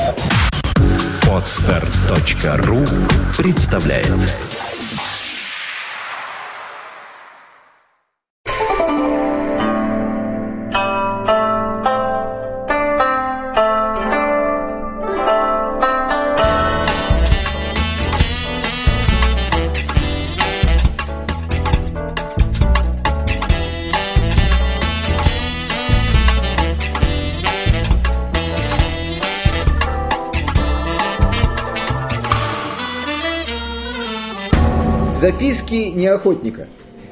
Podster.ru представляет. Записки неохотника.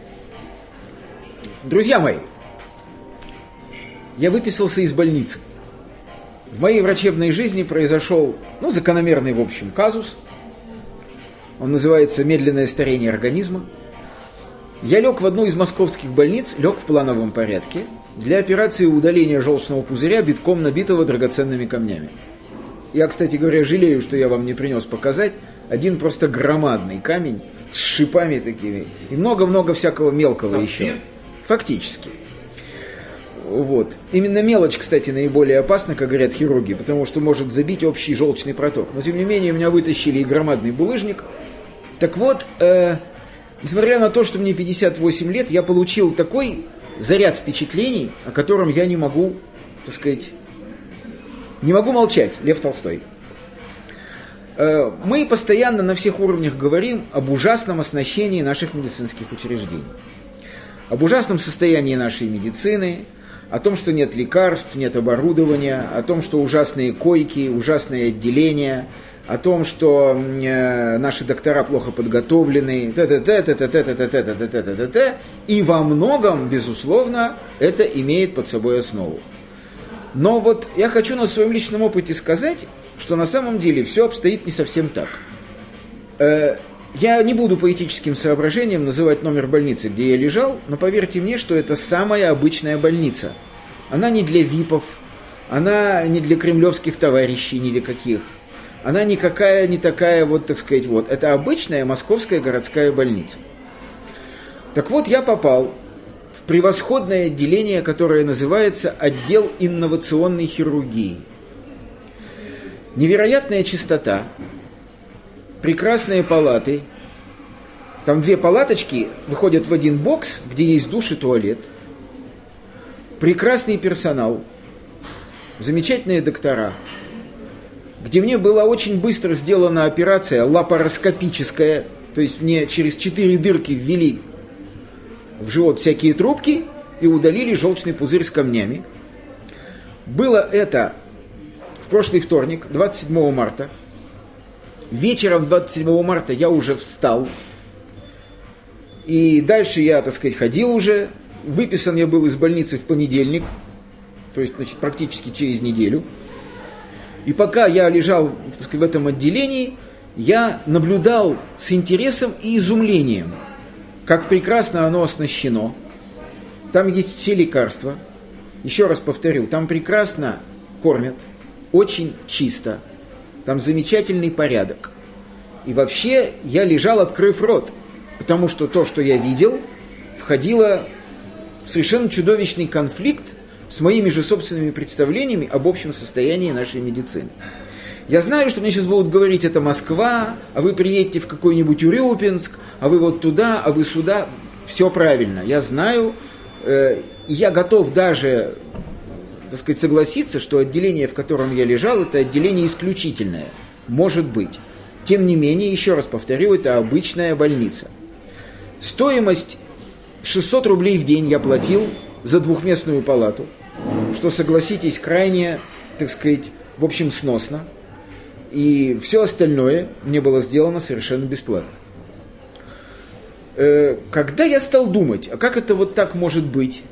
Друзья мои, я выписался из больницы. В моей врачебной жизни произошел, закономерный, в общем, казус. Он называется медленное старение организма. Я лег в одну из московских больниц, лег в плановом порядке, для операции удаления желчного пузыря, битком набитого драгоценными камнями. Я, кстати говоря, жалею, что я вам не принес показать один просто громадный камень, с шипами такими, и много-много всякого мелкого еще. Фактически. Вот. Именно мелочь, кстати, наиболее опасна, как говорят хирурги, потому что может забить общий желчный проток. Но, тем не менее, меня вытащили и громадный булыжник. Так вот, несмотря на то, что мне 58 лет, я получил такой заряд впечатлений, о котором я не могу, не могу молчать, Лев Толстой. Мы постоянно на всех уровнях говорим об ужасном оснащении наших медицинских учреждений, об ужасном состоянии нашей медицины, о том, что нет лекарств, нет оборудования, о том, что ужасные койки, ужасные отделения, о том, что наши доктора плохо подготовлены, и во многом, безусловно, это имеет под собой основу. Но вот я хочу на своем личном опыте сказать, что на самом деле все обстоит не совсем так. Я не буду по этическим соображениям называть номер больницы, где я лежал, но поверьте мне, что это самая обычная больница. Она не для випов, она не для кремлевских товарищей, ни для каких. Она никакая не такая, это обычная московская городская больница. Так вот, я попал в превосходное отделение, которое называется отдел инновационной хирургии. Невероятная чистота, прекрасные палаты. Там две палаточки выходят в один бокс, где есть душ и туалет. Прекрасный персонал, замечательные доктора, где мне была очень быстро сделана операция лапароскопическая, то есть мне через 4 дырки ввели в живот всякие трубки и удалили желчный пузырь с камнями. Было это в прошлый вторник, 27 марта. Вечером 27 марта я уже встал. И дальше я, ходил уже. Выписан я был из больницы в понедельник. То есть, практически через неделю. И пока я лежал, в этом отделении, я наблюдал с интересом и изумлением, как прекрасно оно оснащено. Там есть все лекарства. Еще раз повторю, там прекрасно кормят. Очень чисто, там замечательный порядок. И вообще я лежал, открыв рот, потому что то, что я видел, входило в совершенно чудовищный конфликт с моими же собственными представлениями об общем состоянии нашей медицины. Я знаю, что мне сейчас будут говорить, это Москва, а вы приедете в какой-нибудь Урюпинск, а вы вот туда, а вы сюда. Все правильно, я знаю, и я готов даже согласиться, что отделение, в котором я лежал, это отделение исключительное. Может быть. Тем не менее, еще раз повторю, это обычная больница. Стоимость 600 рублей в день я платил за двухместную палату, что, согласитесь, крайне, в общем, сносно. И все остальное мне было сделано совершенно бесплатно. Когда я стал думать, а как это вот так может быть,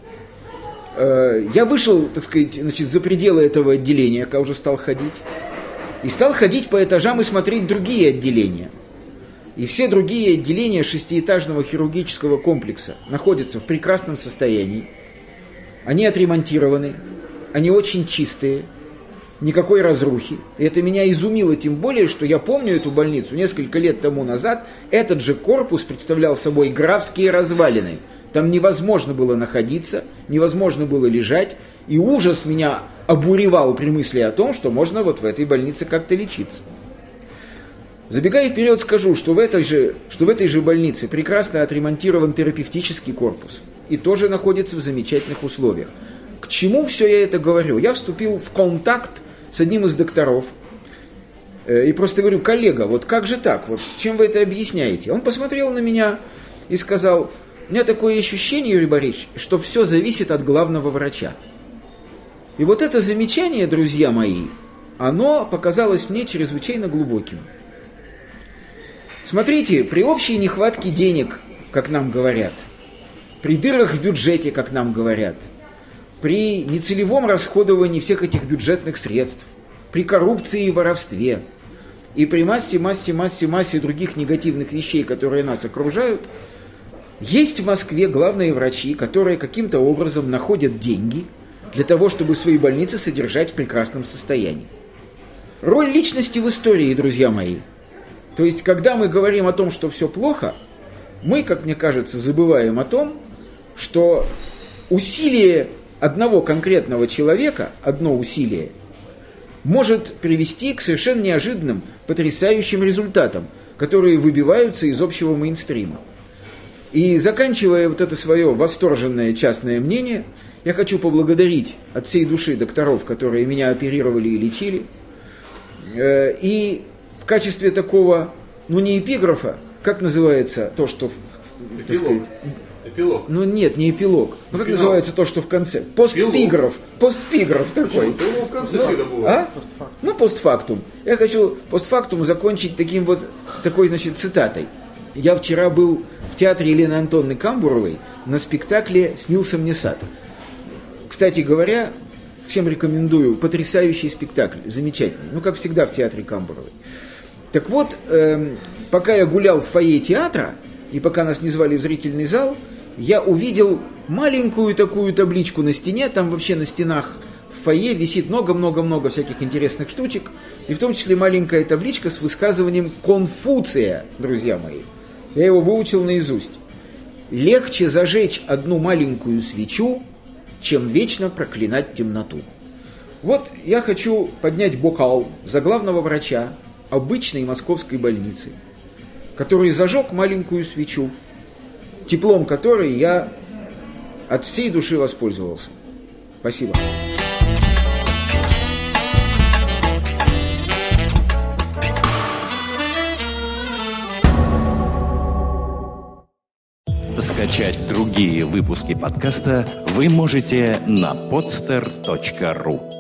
я вышел, за пределы этого отделения, когда уже стал ходить, и стал ходить по этажам и смотреть другие отделения. И все другие отделения шестиэтажного хирургического комплекса находятся в прекрасном состоянии. Они отремонтированы, они очень чистые, никакой разрухи. И это меня изумило, тем более, что я помню эту больницу несколько лет тому назад. Этот же корпус представлял собой графские развалины. Там невозможно было находиться, невозможно было лежать. И ужас меня обуревал при мысли о том, что можно вот в этой больнице как-то лечиться. Забегая вперед, скажу, что в этой же больнице прекрасно отремонтирован терапевтический корпус и тоже находится в замечательных условиях. К чему все я это говорю? Я вступил в контакт с одним из докторов и просто говорю: коллега, вот как же так? Вот чем вы это объясняете? Он посмотрел на меня и сказал: у меня такое ощущение, Юрий Борисович, что все зависит от главного врача. И вот это замечание, друзья мои, оно показалось мне чрезвычайно глубоким. Смотрите, при общей нехватке денег, как нам говорят, при дырах в бюджете, как нам говорят, при нецелевом расходовании всех этих бюджетных средств, при коррупции и воровстве, и при массе других негативных вещей, которые нас окружают, есть в Москве главные врачи, которые каким-то образом находят деньги для того, чтобы свои больницы содержать в прекрасном состоянии. Роль личности в истории, друзья мои. То есть, когда мы говорим о том, что все плохо, мы, как мне кажется, забываем о том, что усилие одного конкретного человека, одно усилие, может привести к совершенно неожиданным, потрясающим результатам, которые выбиваются из общего мейнстрима. И заканчивая вот это свое восторженное частное мнение, я хочу поблагодарить от всей души докторов, которые меня оперировали и лечили. И в качестве такого, не эпиграфа, как называется то, что... Эпилог. Нет, не эпилог. Как называется то, что в конце? Постпиграф такой. В конце всегда бывает. Постфактум. Я хочу постфактум закончить такой, цитатой. Я вчера был в театре Елены Антоновны Камбуровой на спектакле «Снился мне сад». Кстати говоря, всем рекомендую, потрясающий спектакль, замечательный, как всегда в театре Камбуровой. Так вот, пока я гулял в фойе театра, и пока нас не звали в зрительный зал, я увидел маленькую такую табличку на стене, там вообще на стенах в фойе висит много-много-много всяких интересных штучек, и в том числе маленькая табличка с высказыванием Конфуция, друзья мои. Я его выучил наизусть. Легче зажечь одну маленькую свечу, чем вечно проклинать темноту. Вот я хочу поднять бокал за главного врача обычной московской больницы, который зажег маленькую свечу, теплом которой я от всей души воспользовался. Спасибо. Скачать другие выпуски подкаста вы можете на podster.ru.